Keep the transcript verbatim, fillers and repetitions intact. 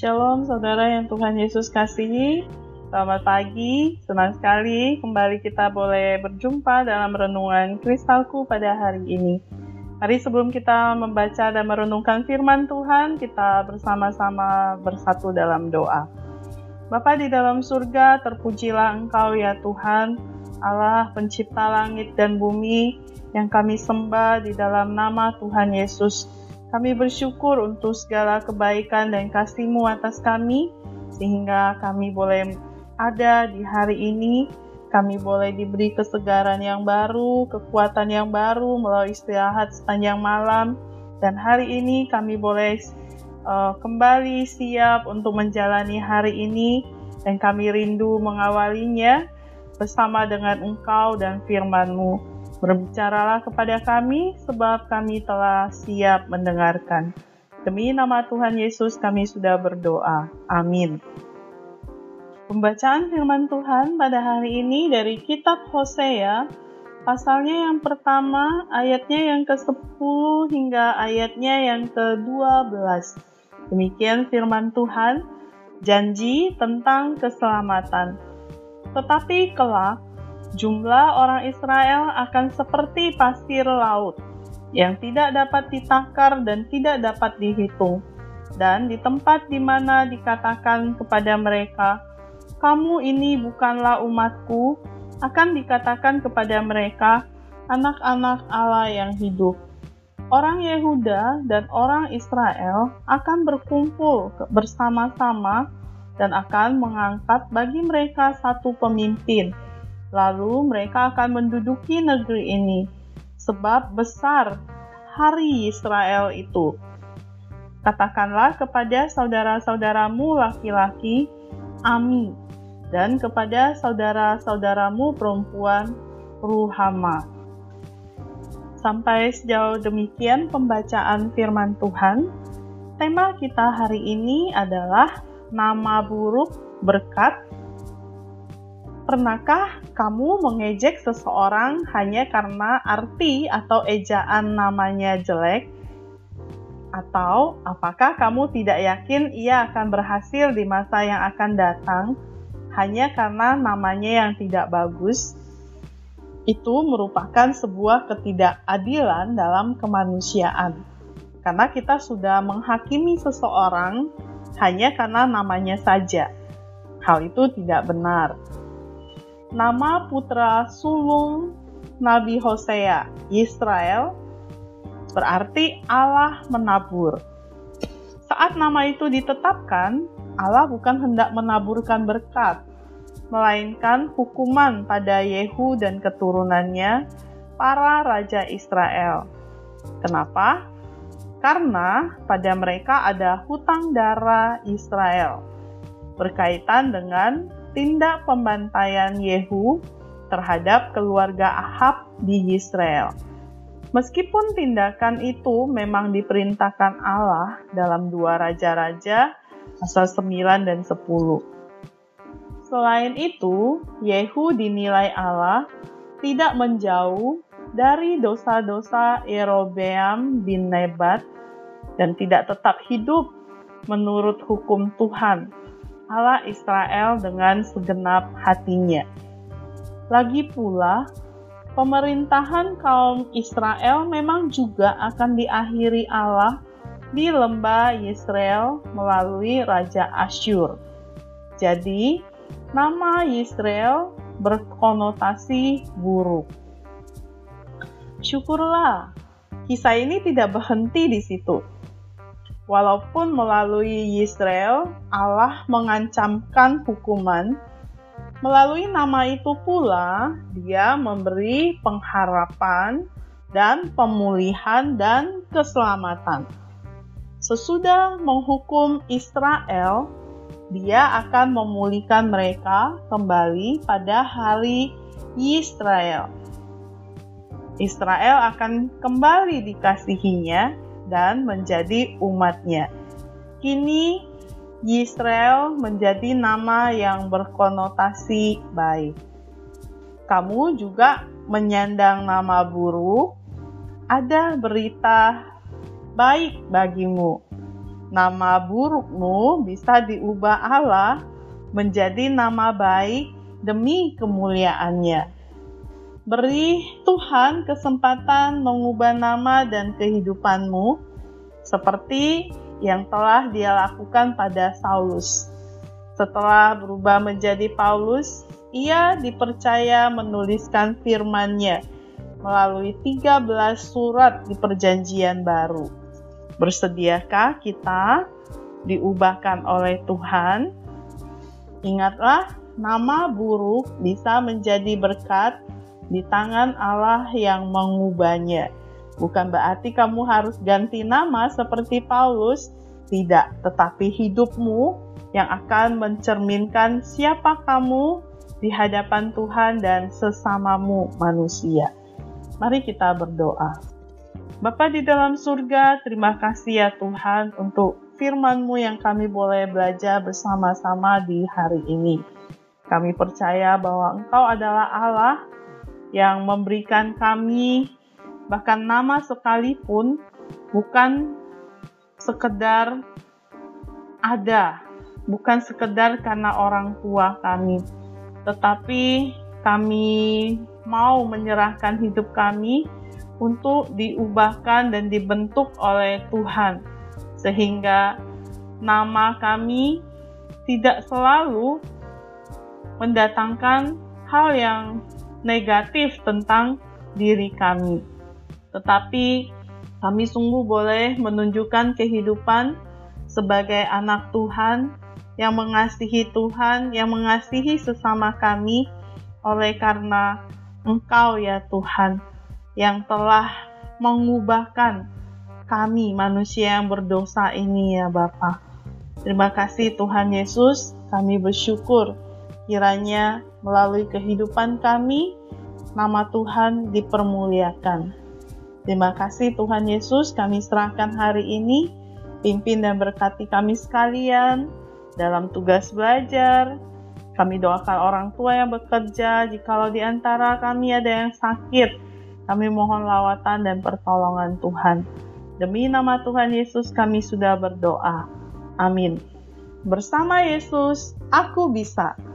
Shalom saudara yang Tuhan Yesus kasihi. Selamat pagi, senang sekali kembali kita boleh berjumpa dalam renungan kristalku pada hari ini. Mari sebelum kita membaca dan merenungkan firman Tuhan, kita bersama-sama bersatu dalam doa. Bapa di dalam surga, terpujilah Engkau ya Tuhan, Allah pencipta langit dan bumi, yang kami sembah di dalam nama Tuhan Yesus. Kami bersyukur untuk segala kebaikan dan kasih-Mu atas kami, sehingga kami boleh ada di hari ini, kami boleh diberi kesegaran yang baru, kekuatan yang baru melalui istirahat sepanjang malam, dan hari ini kami boleh uh, kembali siap untuk menjalani hari ini, dan kami rindu mengawalinya bersama dengan Engkau dan firman-Mu. Berbicaralah kepada kami, sebab kami telah siap mendengarkan. Demi nama Tuhan Yesus kami sudah berdoa. Amin. Pembacaan firman Tuhan pada hari ini dari kitab Hosea, pasalnya yang pertama, ayatnya yang kesepuluh hingga ayatnya yang kedua belas. Demikian firman Tuhan, janji tentang keselamatan. Tetapi kelak, jumlah orang Israel akan seperti pasir laut, yang tidak dapat ditakar dan tidak dapat dihitung. Dan di tempat di mana dikatakan kepada mereka, kamu ini bukanlah umatku, akan dikatakan kepada mereka, anak-anak Allah yang hidup. Orang Yehuda dan orang Israel akan berkumpul bersama-sama dan akan mengangkat bagi mereka satu pemimpin. Lalu mereka akan menduduki negeri ini, sebab besar hari Israel itu. Katakanlah kepada saudara-saudaramu laki-laki, Ami, dan kepada saudara-saudaramu perempuan, Ruhama. Sampai sejauh demikian pembacaan firman Tuhan. Tema kita hari ini adalah nama buruk berkat. Pernahkah kamu mengejek seseorang hanya karena arti atau ejaan namanya jelek? Atau apakah kamu tidak yakin ia akan berhasil di masa yang akan datang hanya karena namanya yang tidak bagus? Itu merupakan sebuah ketidakadilan dalam kemanusiaan. Karena kita sudah menghakimi seseorang hanya karena namanya saja. Hal itu tidak benar. Nama putra sulung Nabi Hosea, Israel, berarti Allah menabur. Saat nama itu ditetapkan, Allah bukan hendak menaburkan berkat, melainkan hukuman pada Yehu dan keturunannya, para raja Israel. Kenapa? Karena pada mereka ada hutang darah Israel, berkaitan dengan tindak pembantaian Yehu terhadap keluarga Ahab di Israel. Meskipun tindakan itu memang diperintahkan Allah dalam dua Raja-Raja pasal sembilan dan sepuluh. Selain itu, Yehu dinilai Allah tidak menjauh dari dosa-dosa Yerobeam bin Nebat dan tidak tetap hidup menurut hukum Tuhan Allah Israel dengan segenap hatinya. Lagi pula, pemerintahan kaum Israel memang juga akan diakhiri Allah di lembah Yesreel melalui Raja Asyur. Jadi, nama Yesreel berkonotasi buruk. Syukurlah, kisah ini tidak berhenti di situ. Walaupun melalui Yesreel, Allah mengancamkan hukuman, melalui nama itu pula, Dia memberi pengharapan dan pemulihan dan keselamatan. Sesudah menghukum Israel, Dia akan memulihkan mereka kembali pada hari Yisrael. Israel akan kembali dikasihinya dan menjadi umatnya. Kini, Yisrael menjadi nama yang berkonotasi baik. Kamu juga menyandang nama buruk, ada berita baik bagimu. nama burukmu bisa diubah Allah menjadi nama baik demi kemuliaannya. Beri Tuhan kesempatan mengubah nama dan kehidupanmu seperti yang telah Dia lakukan pada Saulus. Setelah berubah menjadi Paulus, ia dipercaya menuliskan firman-Nya melalui tiga belas surat di Perjanjian Baru. Bersediakah kita diubahkan oleh Tuhan? Ingatlah, nama buruk bisa menjadi berkat di tangan Allah yang mengubahnya. Bukan berarti kamu harus ganti nama seperti Paulus, tidak, tetapi hidupmu yang akan mencerminkan siapa kamu di hadapan Tuhan dan sesamamu manusia. Mari kita berdoa. Bapa di dalam surga, terima kasih ya Tuhan untuk firman-Mu yang kami boleh belajar bersama-sama di hari ini. Kami percaya bahwa Engkau adalah Allah yang memberikan kami bahkan nama sekalipun bukan sekedar ada, bukan sekedar karena orang tua kami, tetapi kami mau menyerahkan hidup kami untuk diubahkan dan dibentuk oleh Tuhan, sehingga nama kami tidak selalu mendatangkan hal yang negatif tentang diri kami, tetapi kami sungguh boleh menunjukkan kehidupan sebagai anak Tuhan yang mengasihi Tuhan, yang mengasihi sesama kami, oleh karena Engkau ya Tuhan, yang telah mengubahkan kami manusia yang berdosa ini ya Bapa. Terima kasih Tuhan Yesus, kami bersyukur kiranya melalui kehidupan kami, nama Tuhan dipermuliakan. Terima kasih Tuhan Yesus, kami serahkan hari ini, pimpin dan berkati kami sekalian dalam tugas belajar. Kami doakan orang tua yang bekerja, jikalau di antara kami ada yang sakit, kami mohon lawatan dan pertolongan Tuhan. Demi nama Tuhan Yesus kami sudah berdoa. Amin. Bersama Yesus, aku bisa.